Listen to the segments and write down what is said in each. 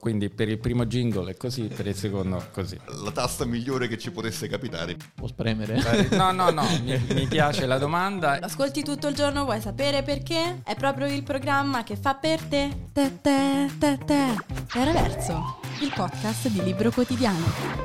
Quindi per il primo jingle è così, per il secondo così. La tasta migliore che ci potesse capitare. Può spremere? No, mi piace la domanda. Ascolti tutto il giorno, vuoi sapere perché? È proprio il programma che fa per te. Terraverso, il podcast di Libro Quotidiano.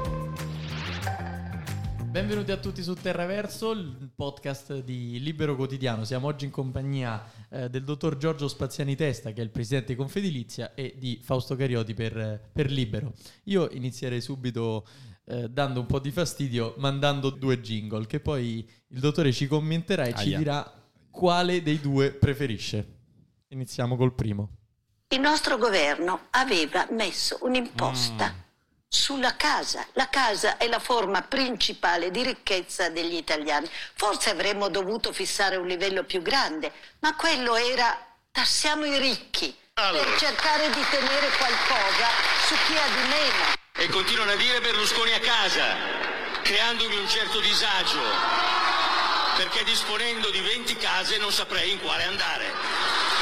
Benvenuti a tutti su Terraverso, il podcast di Libero Quotidiano. Siamo oggi in compagnia del dottor Giorgio Spaziani Testa, che è il presidente di Confedilizia, e di Fausto Carioti per Libero. Io inizierei subito dando un po' di fastidio, mandando due jingle, che poi il dottore ci commenterà e ci dirà quale dei due preferisce. Iniziamo col primo. Il nostro governo aveva messo un'imposta sulla casa. La casa è la forma principale di ricchezza degli italiani. Forse avremmo dovuto fissare un livello più grande, ma quello era tassiamo i ricchi per cercare di tenere qualcosa su chi ha di meno. E continuano a dire Berlusconi a casa, creandomi un certo disagio, perché disponendo di 20 case non saprei in quale andare.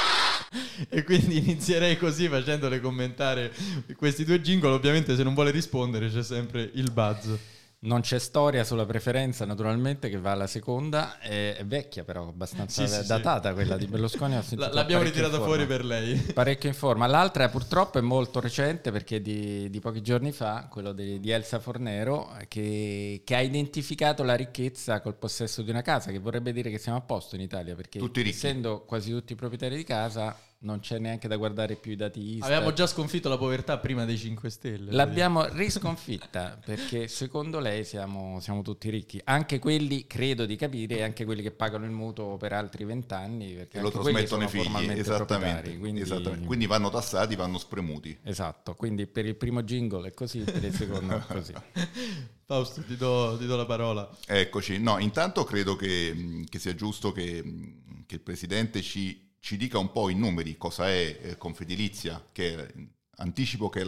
E quindi inizierei così, facendole commentare questi due jingle. Ovviamente, se non vuole rispondere, c'è sempre il buzz. Non c'è storia sulla preferenza, naturalmente, che va alla seconda. È vecchia, però abbastanza datata. Quella di Berlusconi. L'abbiamo ritirata fuori per lei. Parecchio in forma. L'altra purtroppo è molto recente, perché di pochi giorni fa, quello di Elsa Fornero, che ha identificato la ricchezza col possesso di una casa, che vorrebbe dire che siamo a posto in Italia, perché essendo quasi tutti proprietari di casa non c'è neanche da guardare più i dati Istat. Avevamo già sconfitto la povertà prima dei 5 Stelle. L'abbiamo risconfitta, perché secondo lei siamo tutti ricchi. Anche quelli, credo di capire, anche quelli che pagano il mutuo per altri 20 anni. Perché lo trasmettono i figli, esattamente. Quindi vanno tassati, vanno spremuti. Esatto, quindi per il primo jingle è così, per il secondo è così. Fausto, ti do la parola. Eccoci. No, intanto credo che sia giusto che il Presidente ci dica un po' in numeri cosa è Confedilizia, che anticipo che è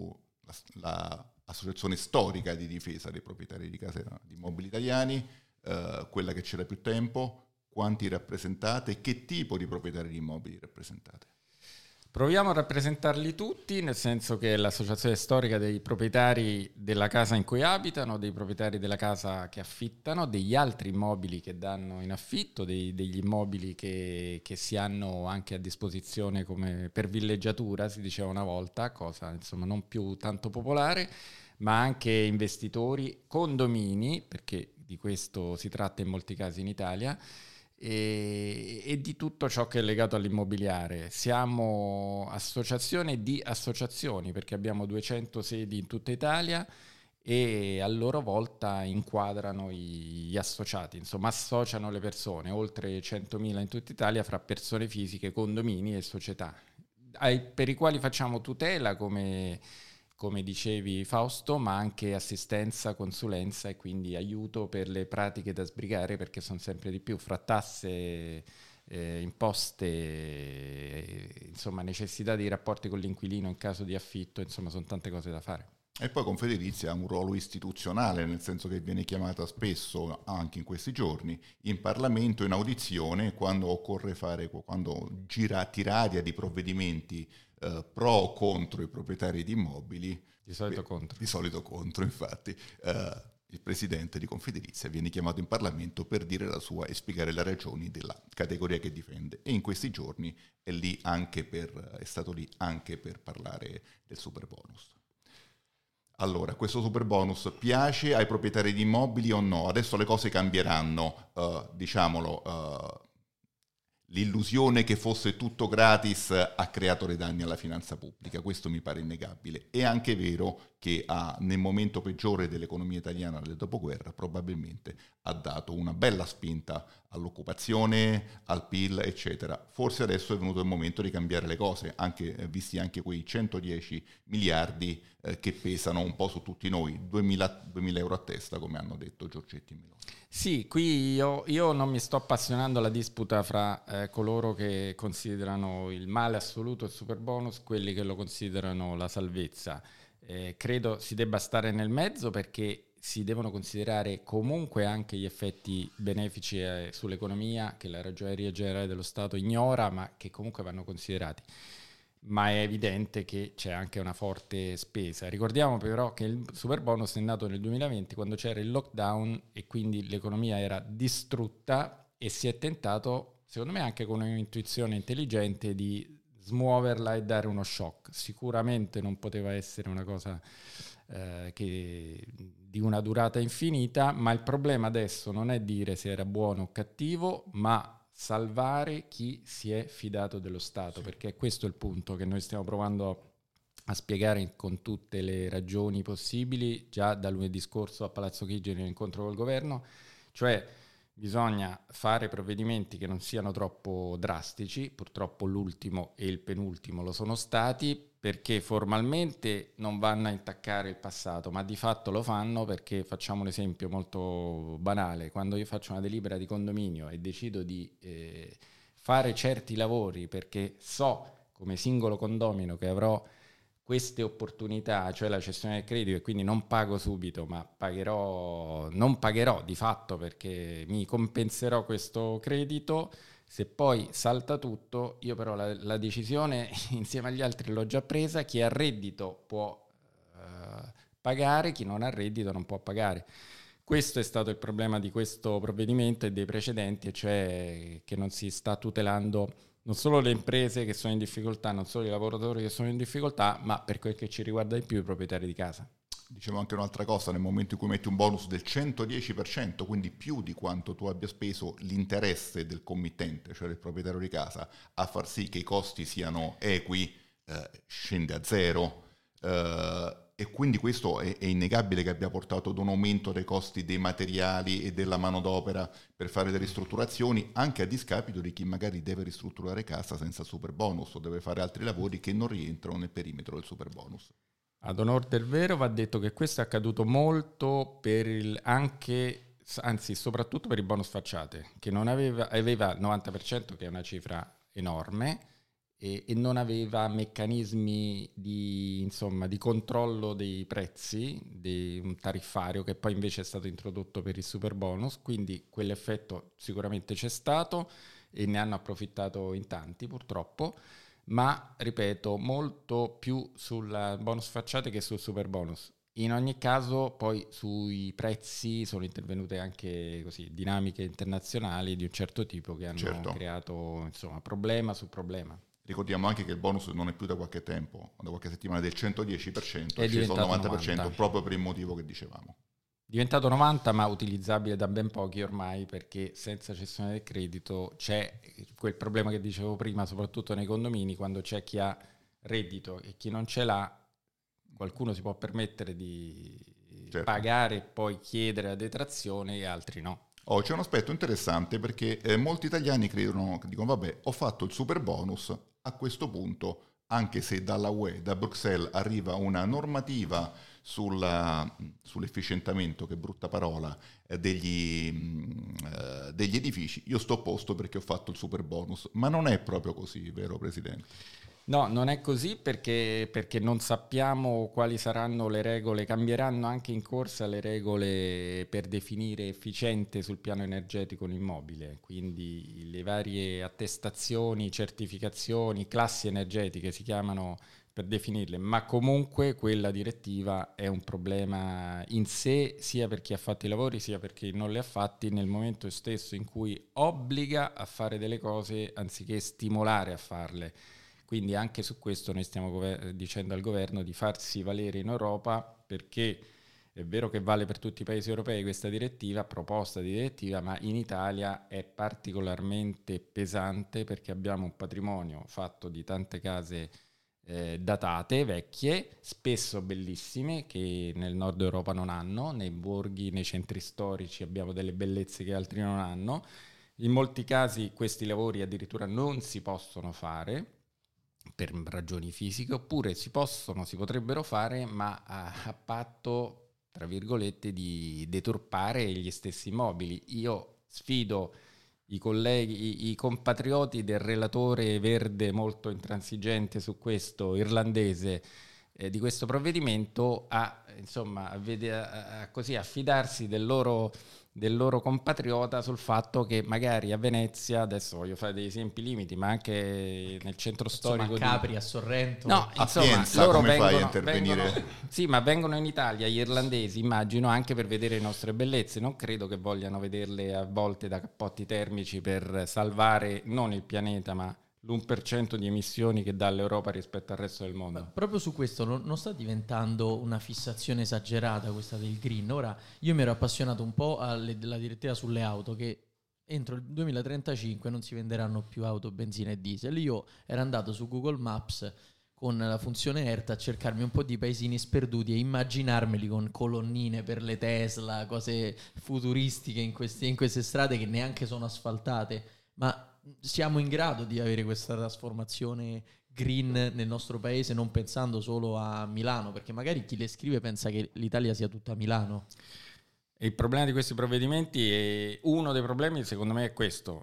la associazione storica di difesa dei proprietari di case di immobili italiani, quella che c'era più tempo, quanti rappresentate e che tipo di proprietari di immobili rappresentate. Proviamo a rappresentarli tutti, nel senso che è l'associazione storica dei proprietari della casa in cui abitano, dei proprietari della casa che affittano, degli altri immobili che danno in affitto, degli immobili che si hanno anche a disposizione come per villeggiatura, si diceva una volta, cosa insomma non più tanto popolare, ma anche investitori, condomini, perché di questo si tratta in molti casi in Italia, e di tutto ciò che è legato all'immobiliare. Siamo associazione di associazioni, perché abbiamo 200 sedi in tutta Italia e a loro volta inquadrano gli associati, insomma associano le persone, oltre 100.000 in tutta Italia, fra persone fisiche, condomini e società, per i quali facciamo tutela come dicevi Fausto, ma anche assistenza, consulenza e quindi aiuto per le pratiche da sbrigare, perché sono sempre di più, fra tasse, imposte, insomma necessità di rapporti con l'inquilino in caso di affitto, insomma sono tante cose da fare. E poi Confedilizia ha un ruolo istituzionale, nel senso che viene chiamata spesso, anche in questi giorni, in Parlamento, in audizione, quando occorre tirare di provvedimenti pro o contro i proprietari di immobili. Di solito contro. Di solito contro, infatti. Il presidente di Confedilizia viene chiamato in Parlamento per dire la sua e spiegare le ragioni della categoria che difende. E in questi giorni è stato lì anche per parlare del superbonus. Allora, questo superbonus piace ai proprietari di immobili o no? Adesso le cose cambieranno, l'illusione che fosse tutto gratis ha creato dei danni alla finanza pubblica, questo mi pare innegabile. È anche vero che nel momento peggiore dell'economia italiana del dopoguerra probabilmente ha dato una bella spinta all'occupazione, al PIL, eccetera. Forse adesso è venuto il momento di cambiare le cose, visti anche quei 110 miliardi che pesano un po' su tutti noi, 2.000 euro a testa, come hanno detto Giorgetti e Meloni. Sì, qui io non mi sto appassionando alla disputa fra coloro che considerano il male assoluto il superbonus, quelli che lo considerano la salvezza. Credo si debba stare nel mezzo, perché si devono considerare comunque anche gli effetti benefici sull'economia che la Ragioneria Generale dello Stato ignora, ma che comunque vanno considerati. ma è evidente che c'è anche una forte spesa. Ricordiamo però che il superbonus è nato nel 2020 quando c'era il lockdown e quindi l'economia era distrutta e si è tentato, secondo me anche con un'intuizione intelligente, di smuoverla e dare uno shock. Sicuramente non poteva essere una cosa di una durata infinita, ma il problema adesso non è dire se era buono o cattivo, ma salvare chi si è fidato dello Stato, perché questo è il punto che noi stiamo provando a spiegare con tutte le ragioni possibili già da lunedì scorso a Palazzo Chigi nell'incontro col governo, cioè bisogna fare provvedimenti che non siano troppo drastici, purtroppo l'ultimo e il penultimo lo sono stati, perché formalmente non vanno a intaccare il passato, ma di fatto lo fanno perché, facciamo un esempio molto banale, quando io faccio una delibera di condominio e decido di fare certi lavori perché so come singolo condomino che avrò queste opportunità, cioè la cessione del credito, e quindi non pago subito, ma non pagherò di fatto perché mi compenserò questo credito. Se poi salta tutto, io però la decisione insieme agli altri l'ho già presa, chi ha reddito può pagare, chi non ha reddito non può pagare. Questo è stato il problema di questo provvedimento e dei precedenti, cioè che non si sta tutelando non solo le imprese che sono in difficoltà, non solo i lavoratori che sono in difficoltà, ma per quel che ci riguarda di più i proprietari di casa. Dicevo anche un'altra cosa, nel momento in cui metti un bonus del 110%, quindi più di quanto tu abbia speso, l'interesse del committente, cioè del proprietario di casa, a far sì che i costi siano equi, scende a zero, e quindi questo è innegabile che abbia portato ad un aumento dei costi dei materiali e della manodopera per fare le ristrutturazioni, anche a discapito di chi magari deve ristrutturare casa senza super bonus o deve fare altri lavori che non rientrano nel perimetro del super bonus. Ad onor del vero va detto che questo è accaduto molto anzi soprattutto per i bonus facciate, che non aveva il 90%, che è una cifra enorme, e non aveva meccanismi di controllo dei prezzi, di un tariffario che poi invece è stato introdotto per il super bonus, quindi quell'effetto sicuramente c'è stato e ne hanno approfittato in tanti purtroppo, ma ripeto molto più sul bonus facciate che sul super bonus. In ogni caso poi sui prezzi sono intervenute anche dinamiche internazionali di un certo tipo che hanno creato problema su problema. Ricordiamo anche che il bonus non è più da qualche tempo, da qualche settimana del 110%, è sceso al 90%, 90%, proprio per il motivo che dicevamo. Diventato 90, ma utilizzabile da ben pochi ormai, perché senza cessione del credito c'è quel problema che dicevo prima, soprattutto nei condomini, quando c'è chi ha reddito e chi non ce l'ha, qualcuno si può permettere di pagare e poi chiedere la detrazione e altri no. C'è un aspetto interessante perché molti italiani dicono vabbè, ho fatto il super bonus, a questo punto, anche se dalla UE, da Bruxelles, arriva una normativa sull'efficientamento, che brutta parola, degli edifici, io sto a posto perché ho fatto il super bonus. Ma non è proprio così, vero Presidente? No, non è così perché non sappiamo quali saranno le regole, cambieranno anche in corsa le regole per definire efficiente sul piano energetico un immobile, quindi le varie attestazioni, certificazioni, classi energetiche si chiamano per definirle, ma comunque quella direttiva è un problema in sé sia per chi ha fatto i lavori sia per chi non li ha fatti, nel momento stesso in cui obbliga a fare delle cose anziché stimolare a farle. Quindi anche su questo noi stiamo dicendo al governo di farsi valere in Europa, perché è vero che vale per tutti i paesi europei questa direttiva, proposta di direttiva, ma in Italia è particolarmente pesante perché abbiamo un patrimonio fatto di tante case datate, vecchie, spesso bellissime, che nel nord Europa non hanno, nei borghi, nei centri storici abbiamo delle bellezze che altri non hanno. In molti casi questi lavori addirittura non si possono fare per ragioni fisiche, oppure si potrebbero fare, ma a patto, tra virgolette, di deturpare gli stessi immobili. Io sfido i colleghi, i compatrioti del relatore verde molto intransigente su questo, irlandese, di questo provvedimento, a fidarsi del loro del loro compatriota sul fatto che magari a Venezia, adesso voglio fare degli esempi limiti, ma anche nel centro storico a Capri, a Sorrento, no, a insomma, Pienza, loro come fai a intervenire? sì, ma vengono in Italia gli irlandesi, immagino, anche per vedere le nostre bellezze. Non credo che vogliano vederle avvolte da cappotti termici per salvare non il pianeta, ma l'1% di emissioni che dà l'Europa rispetto al resto del mondo. Ma proprio su questo non sta diventando una fissazione esagerata questa del green? Ora, io mi ero appassionato un po' alla direttiva sulle auto, che entro il 2035 non si venderanno più auto benzina e diesel. Io ero andato su Google Maps con la funzione ERT a cercarmi un po' di paesini sperduti e immaginarmeli con colonnine per le Tesla, cose futuristiche in queste strade che neanche sono asfaltate. Ma siamo in grado di avere questa trasformazione green nel nostro paese, non pensando solo a Milano? Perché magari chi le scrive pensa che l'Italia sia tutta Milano. E il problema di questi provvedimenti uno dei problemi secondo me è questo,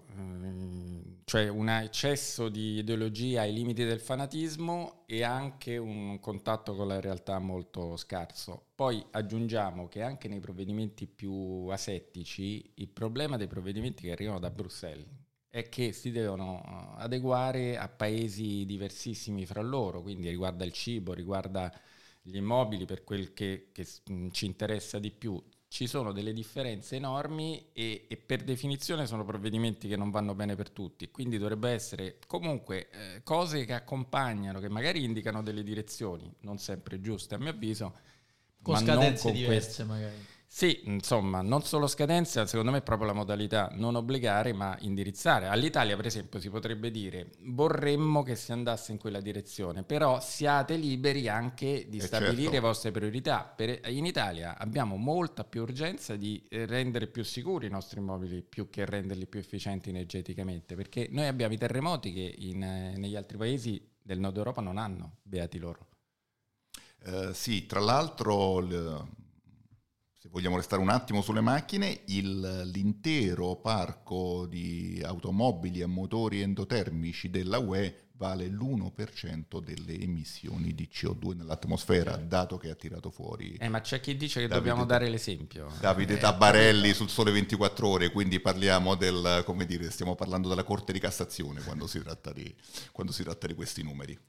cioè un eccesso di ideologia ai limiti del fanatismo e anche un contatto con la realtà molto scarso. Poi aggiungiamo che anche nei provvedimenti più asettici il problema dei provvedimenti che arrivano da Bruxelles è che si devono adeguare a paesi diversissimi fra loro, quindi riguarda il cibo, riguarda gli immobili per quel che ci interessa di più. Ci sono delle differenze enormi e per definizione sono provvedimenti che non vanno bene per tutti, quindi dovrebbe essere comunque cose che accompagnano, che magari indicano delle direzioni, non sempre giuste a mio avviso, con ma scadenze non con diverse magari. Sì, insomma, non solo scadenza, secondo me è proprio la modalità, non obbligare ma indirizzare. All'Italia, per esempio, si potrebbe dire vorremmo che si andasse in quella direzione, però siate liberi anche di stabilire certo. le vostre priorità. In Italia abbiamo molta più urgenza di rendere più sicuri i nostri immobili più che renderli più efficienti energeticamente, perché noi abbiamo i terremoti che negli altri paesi del nord Europa non hanno, beati loro. Sì, tra l'altro... Se vogliamo restare un attimo sulle macchine, l'intero parco di automobili a motori endotermici della UE vale l'1% delle emissioni di CO2 nell'atmosfera, dato che ha tirato fuori... ma c'è chi dice che dobbiamo dare l'esempio. Davide Tabarelli sul Sole 24 Ore, quindi parliamo stiamo parlando della Corte di Cassazione quando si tratta di questi numeri.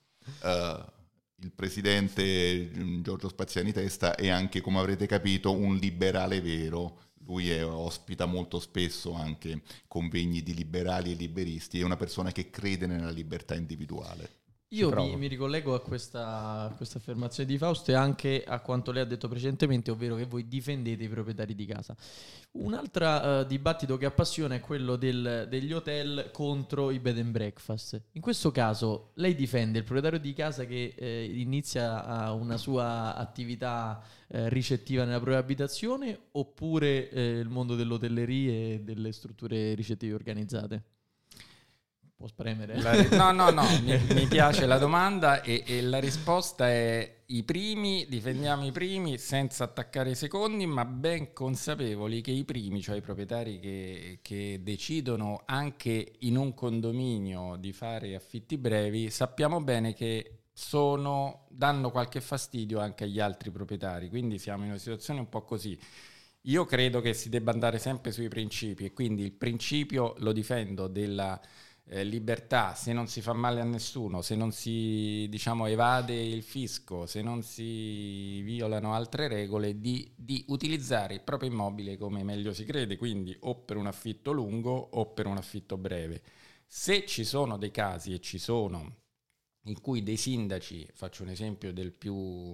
Il presidente Giorgio Spaziani Testa è anche, come avrete capito, un liberale vero. Lui ospita molto spesso anche convegni di liberali e liberisti, è una persona che crede nella libertà individuale. Io mi ricollego a questa affermazione di Fausto e anche a quanto lei ha detto precedentemente, ovvero che voi difendete i proprietari di casa. Un altro dibattito che appassiona è quello degli hotel contro i bed and breakfast. In questo caso lei difende il proprietario di casa che inizia una sua attività ricettiva nella propria abitazione, oppure il mondo dell'hotelleria e delle strutture ricettive organizzate? Può spremere? No, mi piace la domanda e la risposta è difendiamo i primi senza attaccare i secondi, ma ben consapevoli che i primi, cioè i proprietari che decidono anche in un condominio di fare affitti brevi, sappiamo bene che danno qualche fastidio anche agli altri proprietari, quindi siamo in una situazione un po' così. Io credo che si debba andare sempre sui principi e quindi il principio lo difendo della libertà, se non si fa male a nessuno, se non si evade il fisco, se non si violano altre regole, di utilizzare il proprio immobile come meglio si crede, quindi o per un affitto lungo o per un affitto breve. Se ci sono dei casi, e ci sono, in cui dei sindaci, faccio un esempio del più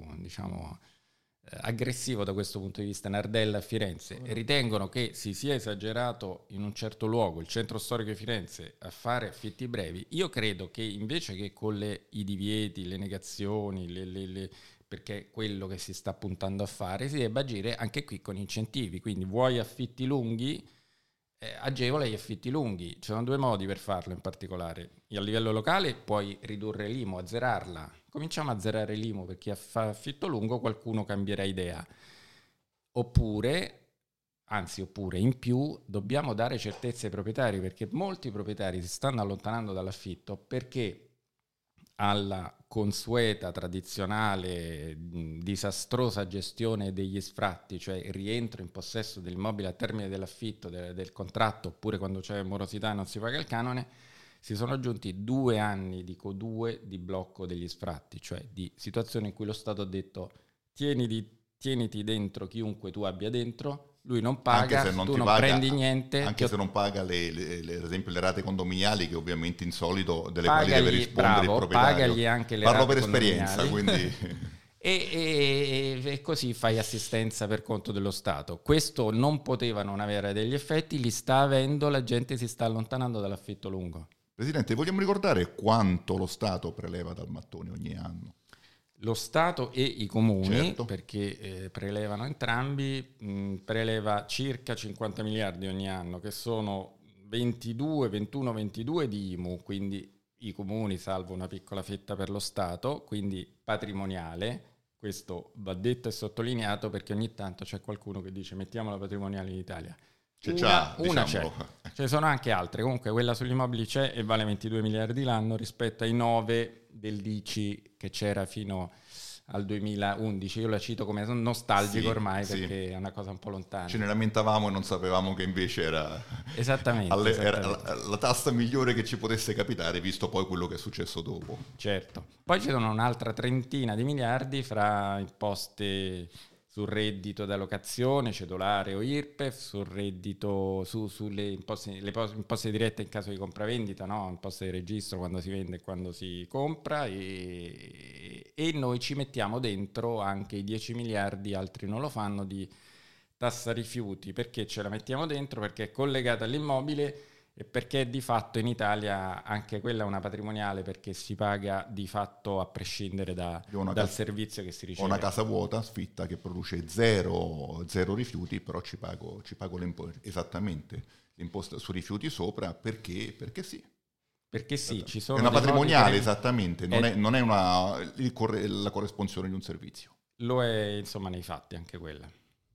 aggressivo da questo punto di vista, Nardella a Firenze, ritengono che si sia esagerato in un certo luogo, il centro storico di Firenze, a fare affitti brevi. Io credo che invece che con i divieti, le negazioni, perché è quello che si sta puntando a fare, si debba agire anche qui con incentivi. Quindi vuoi affitti lunghi? Agevola gli affitti lunghi. Ci sono due modi per farlo in particolare. A livello locale puoi ridurre l'IMU, azzerarla. Cominciamo a azzerare l'IMU per chi fa affitto lungo, qualcuno cambierà idea. Oppure in più dobbiamo dare certezze ai proprietari, perché molti proprietari si stanno allontanando dall'affitto perché alla consueta, tradizionale disastrosa gestione degli sfratti, cioè il rientro in possesso dell'immobile a termine dell'affitto, del contratto, oppure quando c'è morosità e non si paga il canone, si sono aggiunti 2 anni, dico 2, di blocco degli sfratti, cioè di situazioni in cui lo Stato ha detto tieniti dentro chiunque tu abbia dentro, lui non paga, anche se non tu ti non paga, prendi niente. Anche se non paga ad esempio le rate condominiali, che ovviamente insolito delle quali deve rispondere il proprietario. Pagagli anche le Parlo rate per esperienza, quindi... E così fai assistenza per conto dello Stato. Questo non poteva non avere degli effetti, li sta avendo, la gente si sta allontanando dall'affitto lungo. Presidente, vogliamo ricordare quanto lo Stato preleva dal mattone ogni anno? Lo Stato e i comuni, certo, perché prelevano entrambi, preleva circa 50 miliardi ogni anno, che sono 21-22 di IMU, quindi i comuni salvo una piccola fetta per lo Stato, quindi patrimoniale. Questo va detto e sottolineato perché ogni tanto c'è qualcuno che dice mettiamo la patrimoniale in Italia. Una c'è, ce ne sono anche altre, comunque quella sugli immobili c'è e vale 22 miliardi l'anno rispetto ai 9 del DICI che c'era fino al 2011. Io la cito come nostalgico ormai perché è una cosa un po' lontana. Ce ne lamentavamo e non sapevamo che invece era, era la tassa migliore che ci potesse capitare, visto poi quello che è successo dopo. Certo. Poi ci sono un'altra 30 di miliardi fra imposte sul reddito da locazione, cedolare o IRPEF, sul reddito, sulle imposte dirette in caso di compravendita, no? Imposte di registro quando si vende e quando si compra, e noi ci mettiamo dentro anche i 10 miliardi, altri non lo fanno, di tassa rifiuti. Perché ce la mettiamo dentro? Perché è collegata all'immobile e perché di fatto in Italia anche quella è una patrimoniale, perché si paga di fatto a prescindere dal servizio che si riceve. Ho una casa vuota, sfitta, che produce zero rifiuti, però ci pago esattamente l'imposta su rifiuti sopra perché sì. Perché sì, ci sono è una patrimoniale, che... esattamente, non è la corresponsione di un servizio. Lo è, insomma, nei fatti anche quella.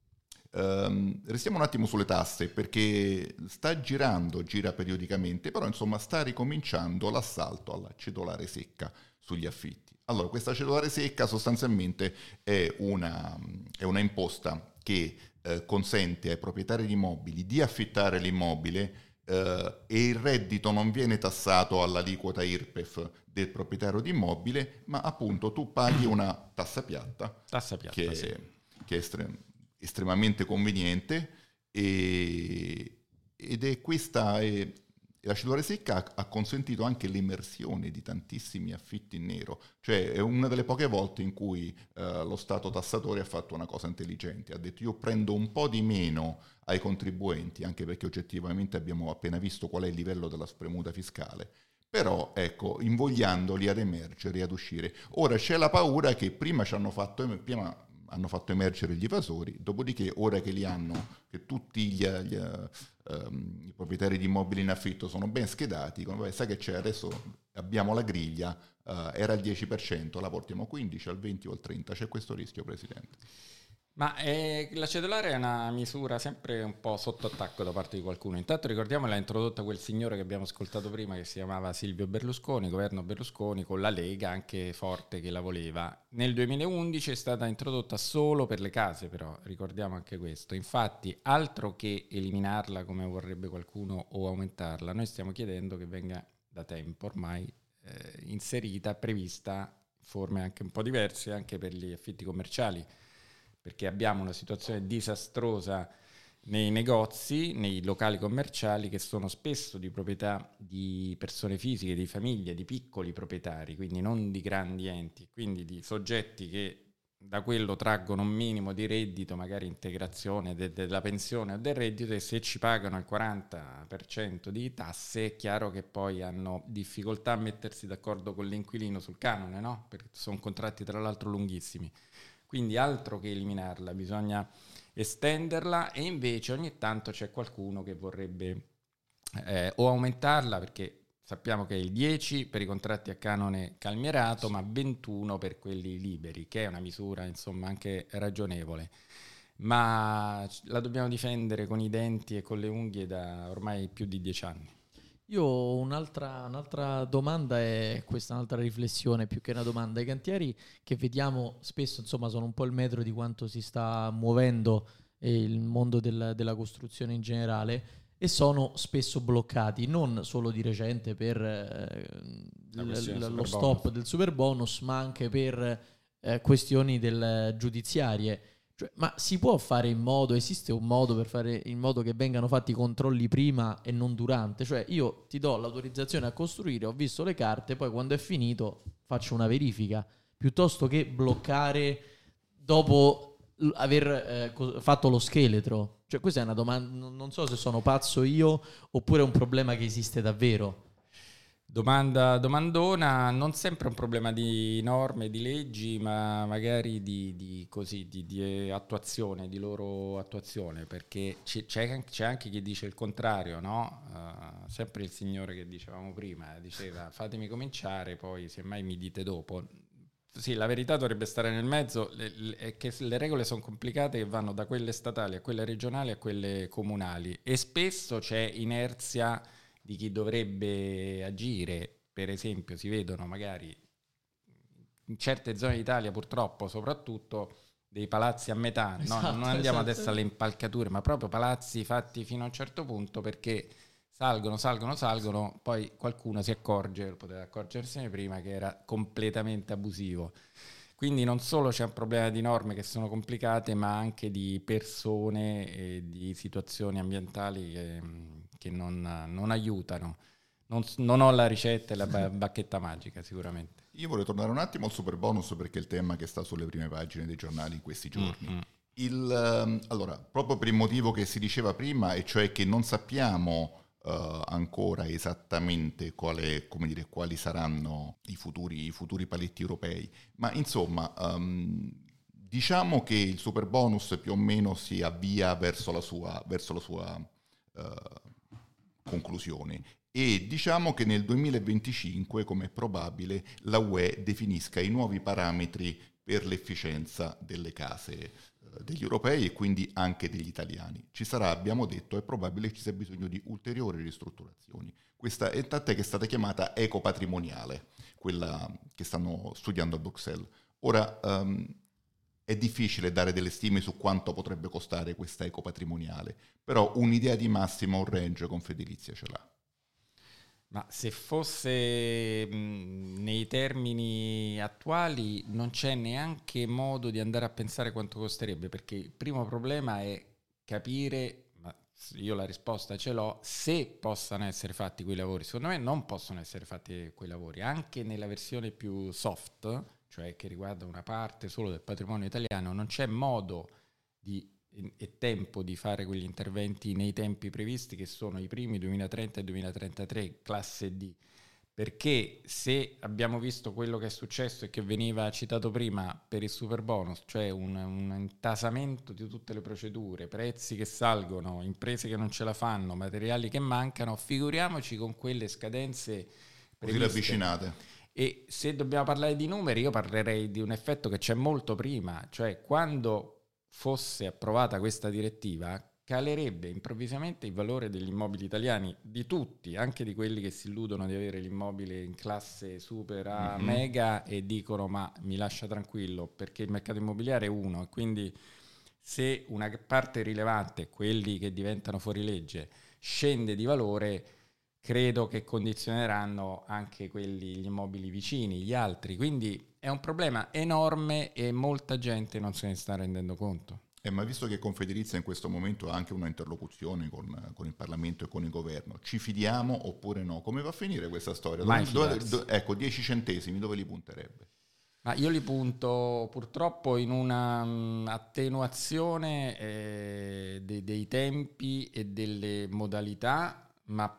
Restiamo un attimo sulle tasse, perché gira periodicamente, però insomma sta ricominciando l'assalto alla cedolare secca sugli affitti. Allora, questa cedolare secca sostanzialmente è una imposta che consente ai proprietari di immobili di affittare l'immobile e il reddito non viene tassato all'aliquota IRPEF del proprietario di immobile, ma appunto tu paghi una tassa piatta che è estremamente conveniente, ed è questa la cedolare secca ha consentito anche l'emersione di tantissimi affitti in nero, cioè è una delle poche volte in cui lo Stato tassatore ha fatto una cosa intelligente, ha detto io prendo un po' di meno ai contribuenti, anche perché oggettivamente abbiamo appena visto qual è il livello della spremuta fiscale, però ecco, invogliandoli ad emergere e ad uscire. Ora c'è la paura che prima hanno fatto emergere gli evasori, dopodiché ora che che tutti i proprietari di immobili in affitto sono ben schedati, sai che c'è, adesso abbiamo la griglia, era al 10%, la portiamo al 15, al 20 o al 30, c'è questo rischio, Presidente? Ma la cedolare è una misura sempre un po' sotto attacco da parte di qualcuno. Intanto ricordiamo l'ha introdotta quel signore che abbiamo ascoltato prima, che si chiamava Silvio Berlusconi, governo Berlusconi, con la Lega anche forte che la voleva. Nel 2011 è stata introdotta solo per le case, però ricordiamo anche questo. Infatti, altro che eliminarla come vorrebbe qualcuno o aumentarla, noi stiamo chiedendo che venga da tempo ormai inserita, prevista in forme anche un po' diverse anche per gli affitti commerciali, perché abbiamo una situazione disastrosa nei negozi, nei locali commerciali, che sono spesso di proprietà di persone fisiche, di famiglie, di piccoli proprietari, quindi non di grandi enti, quindi di soggetti che da quello traggono un minimo di reddito, magari integrazione della pensione o del reddito, e se ci pagano il 40% di tasse è chiaro che poi hanno difficoltà a mettersi d'accordo con l'inquilino sul canone, no? Perché sono contratti tra l'altro lunghissimi. Quindi altro che eliminarla, bisogna estenderla, e invece ogni tanto c'è qualcuno che vorrebbe o aumentarla, perché sappiamo che è il 10 per i contratti a canone calmierato, ma 21 per quelli liberi, che è una misura insomma anche ragionevole. Ma la dobbiamo difendere con i denti e con le unghie da ormai più di 10 anni. Io ho un'altra domanda, è questa, un'altra riflessione più che una domanda. I cantieri che vediamo spesso, insomma, sono un po' il metro di quanto si sta muovendo il mondo della costruzione in generale, e sono spesso bloccati, non solo di recente per lo stop del superbonus, ma anche per questioni giudiziarie. Cioè, ma si può fare in modo, esiste un modo per fare in modo che vengano fatti i controlli prima e non durante? Cioè io ti do l'autorizzazione a costruire, ho visto le carte, poi quando è finito faccio una verifica, piuttosto che bloccare dopo aver fatto lo scheletro. Cioè questa è una domanda, non so se sono pazzo io oppure è un problema che esiste davvero. Domandona, non sempre un problema di norme, di leggi, ma magari di attuazione, di loro attuazione, perché c'è anche chi dice il contrario, no? Sempre il signore che dicevamo prima, diceva fatemi cominciare, poi semmai mi dite dopo. Sì, la verità dovrebbe stare nel mezzo, è che le regole sono complicate, che vanno da quelle statali a quelle regionali a quelle comunali, e spesso c'è inerzia di chi dovrebbe agire. Per esempio si vedono magari in certe zone d'Italia, purtroppo soprattutto, dei palazzi a metà, esatto, non andiamo adesso alle impalcature, ma proprio palazzi fatti fino a un certo punto, perché salgono, poi qualcuno si accorge, poteva accorgersene prima, che era completamente abusivo. Quindi non solo c'è un problema di norme che sono complicate, ma anche di persone e di situazioni ambientali che non aiutano. Non ho la ricetta e la bacchetta magica, sicuramente. Io vorrei tornare un attimo al superbonus, perché è il tema che sta sulle prime pagine dei giornali in questi giorni. Allora, proprio per il motivo che si diceva prima, e cioè che non sappiamo ancora esattamente quali saranno i futuri paletti europei, ma insomma diciamo che il superbonus più o meno si avvia verso la sua conclusione, e diciamo che nel 2025, come è probabile, la UE definisca i nuovi parametri per l'efficienza delle case degli europei e quindi anche degli italiani. Ci sarà, abbiamo detto, è probabile che ci sia bisogno di ulteriori ristrutturazioni. Questa è tant'è che è stata chiamata ecopatrimoniale, quella che stanno studiando a Bruxelles. Ora, è difficile dare delle stime su quanto potrebbe costare questa ecopatrimoniale, però un'idea di massima, un range, Confedilizia ce l'ha. Ma se fosse nei termini attuali non c'è neanche modo di andare a pensare quanto costerebbe, perché il primo problema è capire, ma io la risposta ce l'ho, se possano essere fatti quei lavori. Secondo me non possono essere fatti quei lavori, anche nella versione più soft, cioè che riguarda una parte solo del patrimonio italiano, non c'è modo e tempo di fare quegli interventi nei tempi previsti, che sono i primi 2030 e 2033 classe D, perché se abbiamo visto quello che è successo e che veniva citato prima per il superbonus, cioè un intasamento di tutte le procedure, prezzi che salgono, imprese che non ce la fanno, materiali che mancano, figuriamoci con quelle scadenze previste. Così ravvicinate. E se dobbiamo parlare di numeri, io parlerei di un effetto che c'è molto prima, cioè quando fosse approvata questa direttiva calerebbe improvvisamente il valore degli immobili italiani, di tutti, anche di quelli che si illudono di avere l'immobile in classe super A mega e dicono ma mi lascia tranquillo perché il mercato immobiliare è uno, e quindi se una parte rilevante, quelli che diventano fuorilegge, scende di valore, credo che condizioneranno anche gli immobili vicini, gli altri. Quindi è un problema enorme e molta gente non se ne sta rendendo conto. Ma visto che Confedilizia in questo momento ha anche una interlocuzione con il Parlamento e con il governo, ci fidiamo oppure no? Come va a finire questa storia? Ecco, 10 centesimi dove li punterebbe? Ma io li punto purtroppo in una attenuazione dei tempi e delle modalità, ma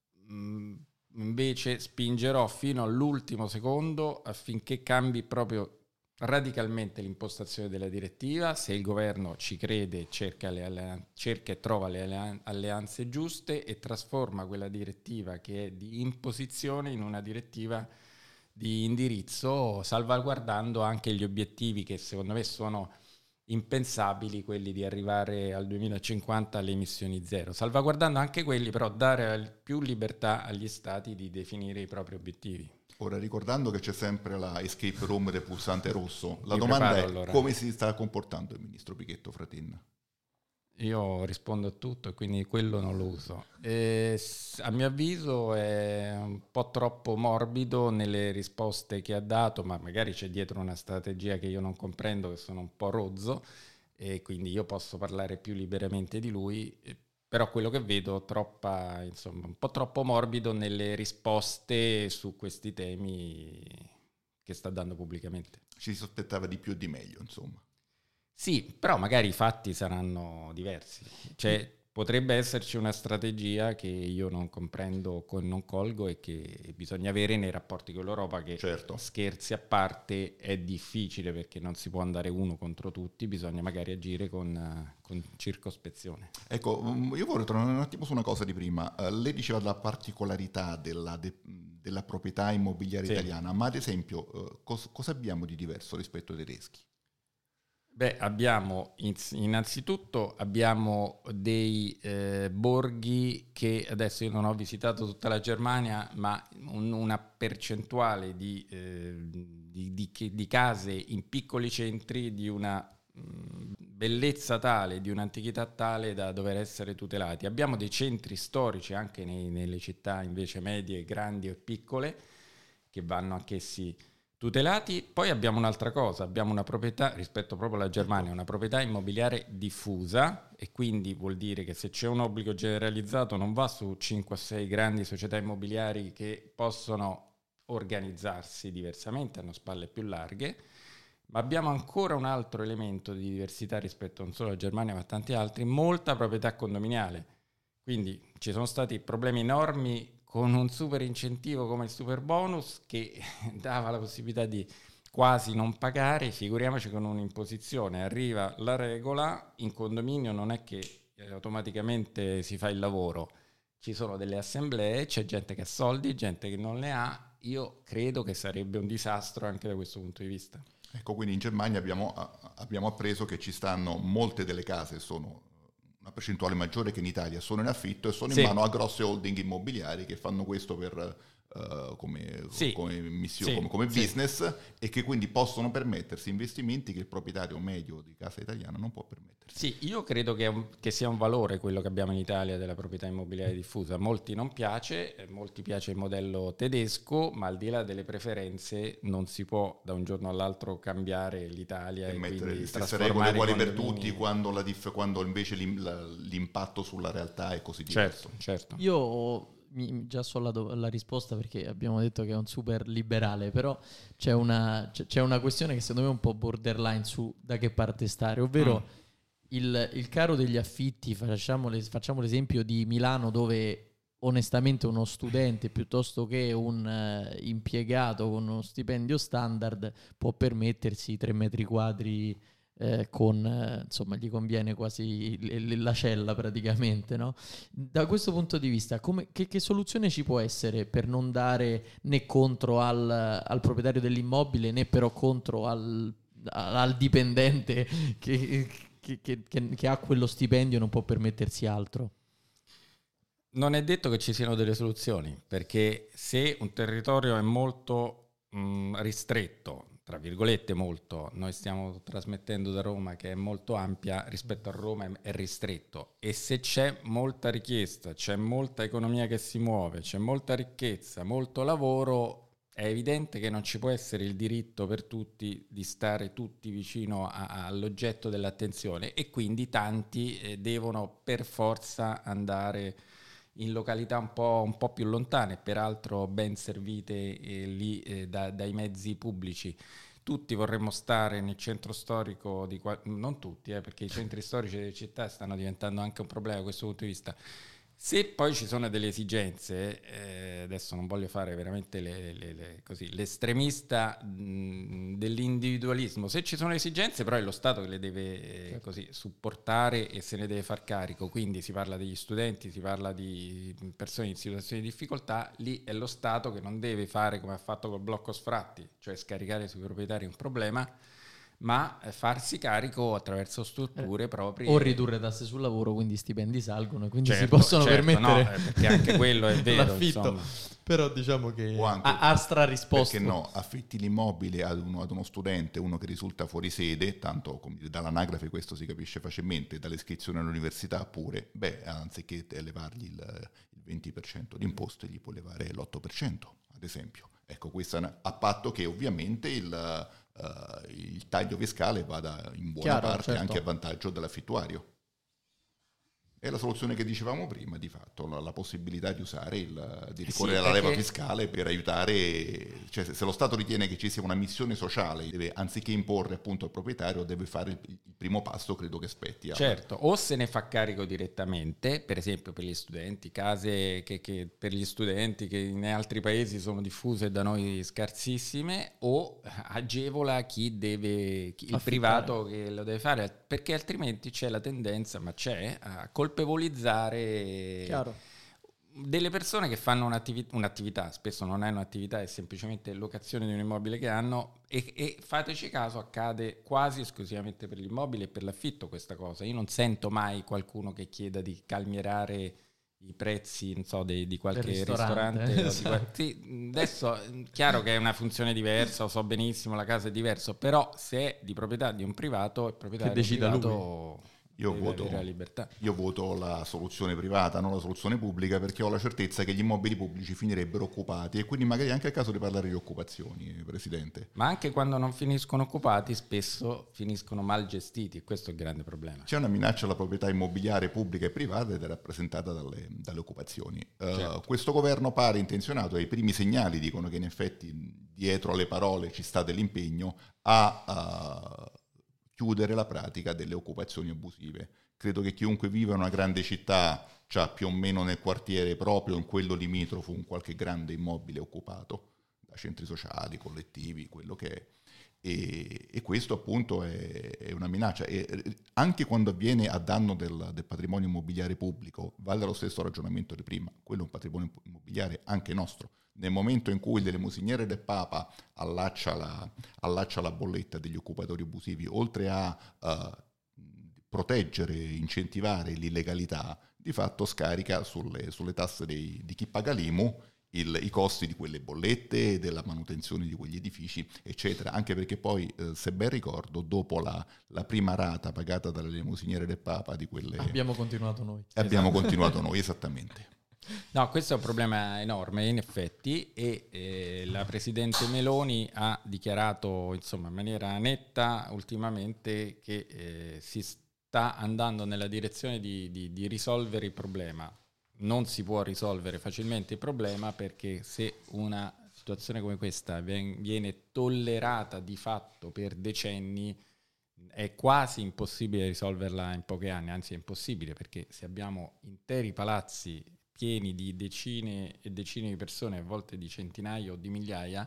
invece spingerò fino all'ultimo secondo affinché cambi proprio radicalmente l'impostazione della direttiva. Se il governo ci crede, cerca e trova le alleanze giuste e trasforma quella direttiva che è di imposizione in una direttiva di indirizzo, salvaguardando anche gli obiettivi che secondo me sono impensabili quelli di arrivare al 2050 alle emissioni zero, salvaguardando anche quelli, però dare più libertà agli stati di definire i propri obiettivi. Ora, ricordando che c'è sempre la escape room del pulsante rosso, la Mi domanda preparo, è allora. come si sta comportando il ministro Pichetto Fratin? Io rispondo a tutto e quindi quello non lo uso. A mio avviso è un po' troppo morbido nelle risposte che ha dato, ma magari c'è dietro una strategia che io non comprendo, che sono un po' rozzo, e quindi io posso parlare più liberamente di lui, però quello che vedo un po' troppo morbido nelle risposte su questi temi che sta dando pubblicamente. Ci si sospettava di più e di meglio, insomma. Sì, però magari i fatti saranno diversi. Cioè, potrebbe esserci una strategia che io non comprendo, non colgo e che bisogna avere nei rapporti con l'Europa, che Certo. scherzi a parte è difficile perché non si può andare uno contro tutti, bisogna magari agire con circospezione. Ecco, io vorrei tornare un attimo su una cosa di prima. Lei diceva della particolarità della proprietà immobiliare Sì. italiana, ma ad esempio cosa abbiamo di diverso rispetto ai tedeschi? Beh, innanzitutto abbiamo dei borghi che adesso io non ho visitato tutta la Germania, ma una percentuale di case in piccoli centri di una bellezza tale, di un'antichità tale da dover essere tutelati. Abbiamo dei centri storici anche nelle città invece medie, grandi e piccole, che vanno anch'essi tutelati. Poi abbiamo un'altra cosa, abbiamo una proprietà, rispetto proprio alla Germania, una proprietà immobiliare diffusa, e quindi vuol dire che se c'è un obbligo generalizzato non va su 5 o 6 grandi società immobiliari che possono organizzarsi diversamente, hanno spalle più larghe, ma abbiamo ancora un altro elemento di diversità rispetto non solo alla Germania ma a tanti altri, molta proprietà condominiale. Quindi ci sono stati problemi enormi con un super incentivo come il super bonus che dava la possibilità di quasi non pagare, figuriamoci con un'imposizione. Arriva la regola, in condominio non è che automaticamente si fa il lavoro, ci sono delle assemblee, c'è gente che ha soldi, gente che non ne ha. Io credo che sarebbe un disastro anche da questo punto di vista. Ecco, quindi in Germania abbiamo appreso che ci stanno molte delle case, sono una percentuale maggiore che in Italia, sono in affitto e sono in mano a grosse holding immobiliari che fanno questo come missione, come business, e che quindi possono permettersi investimenti che il proprietario medio di casa italiana non può permettersi. Sì, io credo che sia un valore quello che abbiamo in Italia della proprietà immobiliare diffusa. A molti non piace, molti piace il modello tedesco, ma al di là delle preferenze non si può da un giorno all'altro cambiare l'Italia e mettere quindi le stesse trasformare regole uguali per condomini. tutti quando invece l'impatto sulla realtà è così diverso. Certo. Io già so la risposta perché abbiamo detto che è un super liberale, però c'è una questione che secondo me è un po' borderline su da che parte stare, ovvero il caro degli affitti. Facciamo l'esempio di Milano, dove onestamente uno studente piuttosto che un impiegato con uno stipendio standard può permettersi 3 metri quadri insomma gli conviene quasi la cella praticamente, no? Da questo punto di vista che soluzione ci può essere per non dare né contro al proprietario dell'immobile né però contro al dipendente che ha quello stipendio e non può permettersi altro? Non è detto che ci siano delle soluzioni, perché se un territorio è molto ristretto, tra virgolette molto, noi stiamo trasmettendo da Roma che è molto ampia, rispetto a Roma è ristretto, e se c'è molta richiesta, c'è molta economia che si muove, c'è molta ricchezza, molto lavoro, è evidente che non ci può essere il diritto per tutti di stare tutti vicino all'oggetto dell'attenzione, e quindi tanti devono per forza andare in località un po' più lontane, peraltro ben servite lì dai mezzi pubblici. Tutti vorremmo stare nel centro storico non tutti, perché i centri storici delle città stanno diventando anche un problema da questo punto di vista. Se poi ci sono delle esigenze, adesso non voglio fare veramente l'estremista dell'individualismo, se ci sono esigenze però è lo Stato che le deve supportare e se ne deve far carico, quindi si parla degli studenti, si parla di persone in situazioni di difficoltà, lì è lo Stato che non deve fare come ha fatto col blocco sfratti, cioè scaricare sui proprietari un problema, ma farsi carico attraverso strutture proprie. O ridurre tasse sul lavoro, quindi i stipendi salgono, quindi si Certo, possono certo, permettere no, perché anche quello è vero, l'affitto. insomma. Però diciamo che O anche, ha strarisposto. perché no, affitti l'immobile ad uno studente, uno che risulta fuori sede, tanto come dire, dall'anagrafe questo si capisce facilmente, dall'iscrizione all'università pure, anziché levargli il 20% di imposte, gli puoi levare l'8%, ad esempio. Ecco, questo a patto che ovviamente il taglio fiscale vada in buona parte certo. anche a vantaggio dell'affittuario. È la soluzione che dicevamo prima, di fatto, la possibilità di usare di ricorrere alla leva fiscale per aiutare, cioè se lo Stato ritiene che ci sia una missione sociale, anziché imporre appunto al proprietario, deve fare il primo passo, credo che spetti. Certo, o se ne fa carico direttamente, per esempio per gli studenti, case che per gli studenti che in altri paesi sono diffuse e da noi scarsissime, o agevola chi deve, il privato che lo deve fare, perché altrimenti c'è la tendenza, ma c'è, a colpevolizzare delle persone che fanno un'attività, spesso non è un'attività, è semplicemente locazione di un immobile che hanno, e fateci caso, accade quasi esclusivamente per l'immobile e per l'affitto questa cosa. Io non sento mai qualcuno che chieda di calmierare i prezzi, non so, di qualche ristorante. Sì, adesso è chiaro che è una funzione diversa, lo so benissimo, la casa è diverso, però se è di proprietà di un privato, il proprietario che decida privato lui. Io voto la soluzione privata, non la soluzione pubblica, perché ho la certezza che gli immobili pubblici finirebbero occupati, e quindi magari anche al caso di parlare di occupazioni, Presidente. Ma anche quando non finiscono occupati, spesso finiscono mal gestiti, e questo è il grande problema. C'è una minaccia alla proprietà immobiliare pubblica e privata ed è rappresentata dalle occupazioni. Certo. Questo governo pare intenzionato, e i primi segnali dicono che in effetti dietro alle parole ci sta dell'impegno a chiudere la pratica delle occupazioni abusive. Credo che chiunque viva in una grande città c'ha più o meno nel quartiere proprio, in quello limitrofo, un qualche grande immobile occupato da centri sociali, collettivi, quello che è. E questo appunto è una minaccia, e anche quando avviene a danno del patrimonio immobiliare pubblico vale lo stesso ragionamento di prima. Quello è un patrimonio immobiliare anche nostro. Nel momento in cui l'elemosiniere del Papa allaccia la bolletta degli occupatori abusivi, oltre a proteggere, incentivare l'illegalità, di fatto scarica sulle tasse di chi paga l'IMU i costi di quelle bollette, della manutenzione di quegli edifici, eccetera. Anche perché poi, se ben ricordo, dopo la prima rata pagata dall'elemosiniere del Papa di quelle... Abbiamo continuato noi. Continuato noi, esattamente. No, questo è un problema enorme in effetti, e la Presidente Meloni ha dichiarato insomma in maniera netta ultimamente che si sta andando nella direzione di risolvere il problema. Non si può risolvere facilmente il problema, perché se una situazione come questa viene tollerata di fatto per decenni, è quasi impossibile risolverla in pochi anni, anzi è impossibile, perché se abbiamo interi palazzi pieni di decine e decine di persone, a volte di centinaia o di migliaia,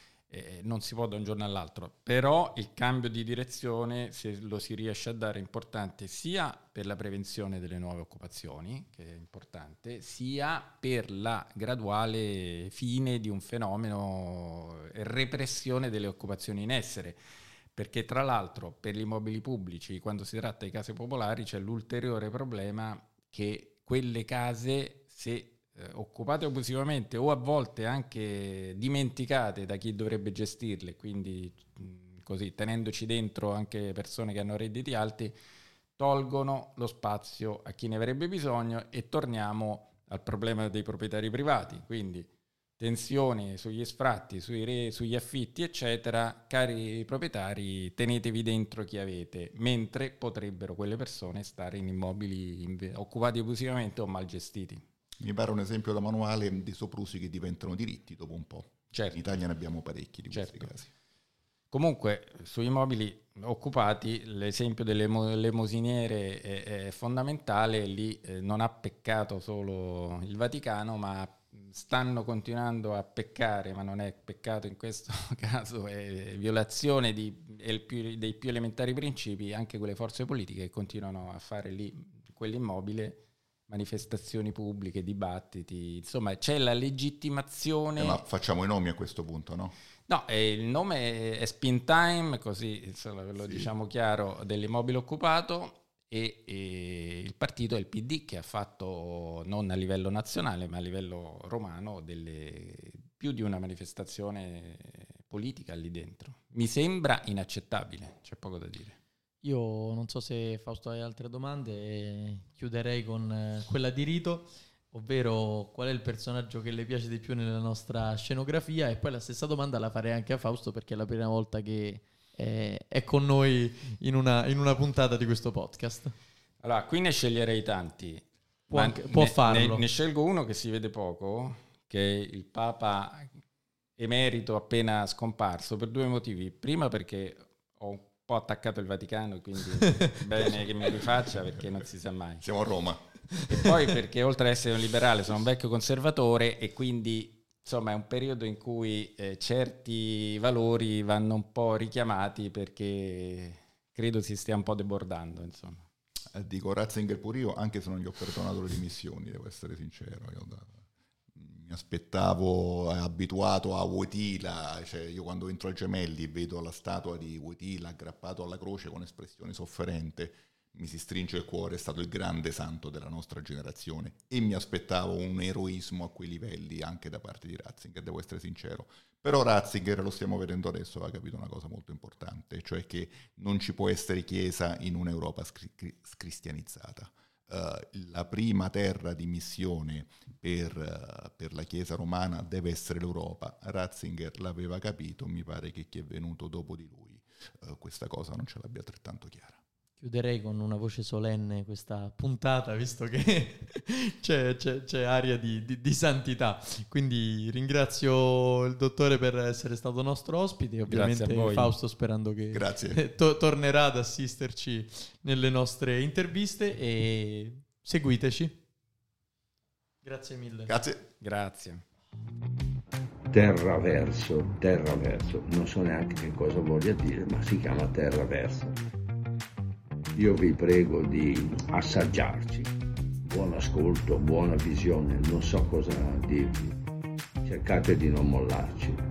non si può da un giorno all'altro. Però il cambio di direzione, se lo si riesce a dare, è importante sia per la prevenzione delle nuove occupazioni, che è importante, sia per la graduale fine di un fenomeno e repressione delle occupazioni in essere. Perché tra l'altro per gli immobili pubblici, quando si tratta di case popolari, c'è l'ulteriore problema che quelle case, se occupate abusivamente o a volte anche dimenticate da chi dovrebbe gestirle, quindi così tenendoci dentro anche persone che hanno redditi alti, tolgono lo spazio a chi ne avrebbe bisogno, e torniamo al problema dei proprietari privati. Quindi tensioni sugli sfratti, sugli affitti, eccetera. Cari proprietari, tenetevi dentro chi avete, mentre potrebbero quelle persone stare in immobili occupati abusivamente o mal gestiti. Mi pare un esempio da manuale di soprusi che diventano diritti dopo un po'. Certo. In Italia ne abbiamo parecchi di questi casi. Comunque, sugli immobili occupati, l'esempio delle elemosiniere è fondamentale. Lì non ha peccato solo il Vaticano, ma stanno continuando a peccare, ma non è peccato in questo caso, è violazione dei più elementari principi, anche quelle forze politiche che continuano a fare lì quell'immobile manifestazioni pubbliche, dibattiti, insomma c'è la legittimazione. Ma facciamo i nomi a questo punto, no? No, il nome è Spin Time, così insomma, lo Sì. diciamo chiaro, dell'immobile occupato, e il partito è il PD, che ha fatto non a livello nazionale ma a livello romano più di una manifestazione politica lì dentro. Mi sembra inaccettabile, c'è poco da dire. Io non so se Fausto hai altre domande, e chiuderei con quella di Rito, ovvero qual è il personaggio che le piace di più nella nostra scenografia, e poi la stessa domanda la farei anche a Fausto, perché è la prima volta che è con noi in una puntata di questo podcast. Allora, qui ne sceglierei tanti. Può farlo. Ne scelgo uno che si vede poco, che è il Papa emerito appena scomparso, per 2 motivi. Prima perché ho un po' attaccato il Vaticano, quindi bene che mi rifaccia, perché non si sa mai. Siamo a Roma. E poi perché oltre ad essere un liberale sono un vecchio conservatore, e quindi insomma è un periodo in cui certi valori vanno un po' richiamati, perché credo si stia un po' debordando, insomma. Dico Ratzinger pure io, anche se non gli ho perdonato le dimissioni, devo essere sincero. Mi aspettavo, abituato a Wojtyla, cioè io quando entro al Gemelli e vedo la statua di Wojtyla aggrappato alla croce con espressione sofferente, mi si stringe il cuore. È stato il grande santo della nostra generazione, e mi aspettavo un eroismo a quei livelli anche da parte di Ratzinger, devo essere sincero. Però Ratzinger, lo stiamo vedendo adesso, ha capito una cosa molto importante, cioè che non ci può essere chiesa in un'Europa cristianizzata. La prima terra di missione per la Chiesa romana deve essere l'Europa. Ratzinger l'aveva capito, mi pare che chi è venuto dopo di lui questa cosa non ce l'abbia altrettanto chiara. Chiuderei con una voce solenne questa puntata, visto che c'è aria di santità. Quindi ringrazio il dottore per essere stato nostro ospite, e ovviamente Grazie a voi. Fausto, sperando che Grazie. tornerà ad assisterci nelle nostre interviste, e seguiteci. Grazie mille. Grazie. Terraverso, non so neanche che cosa voglia dire, ma si chiama Terraverso. Io vi prego di assaggiarci. Buon ascolto, buona visione, non so cosa dirvi. Cercate di non mollarci.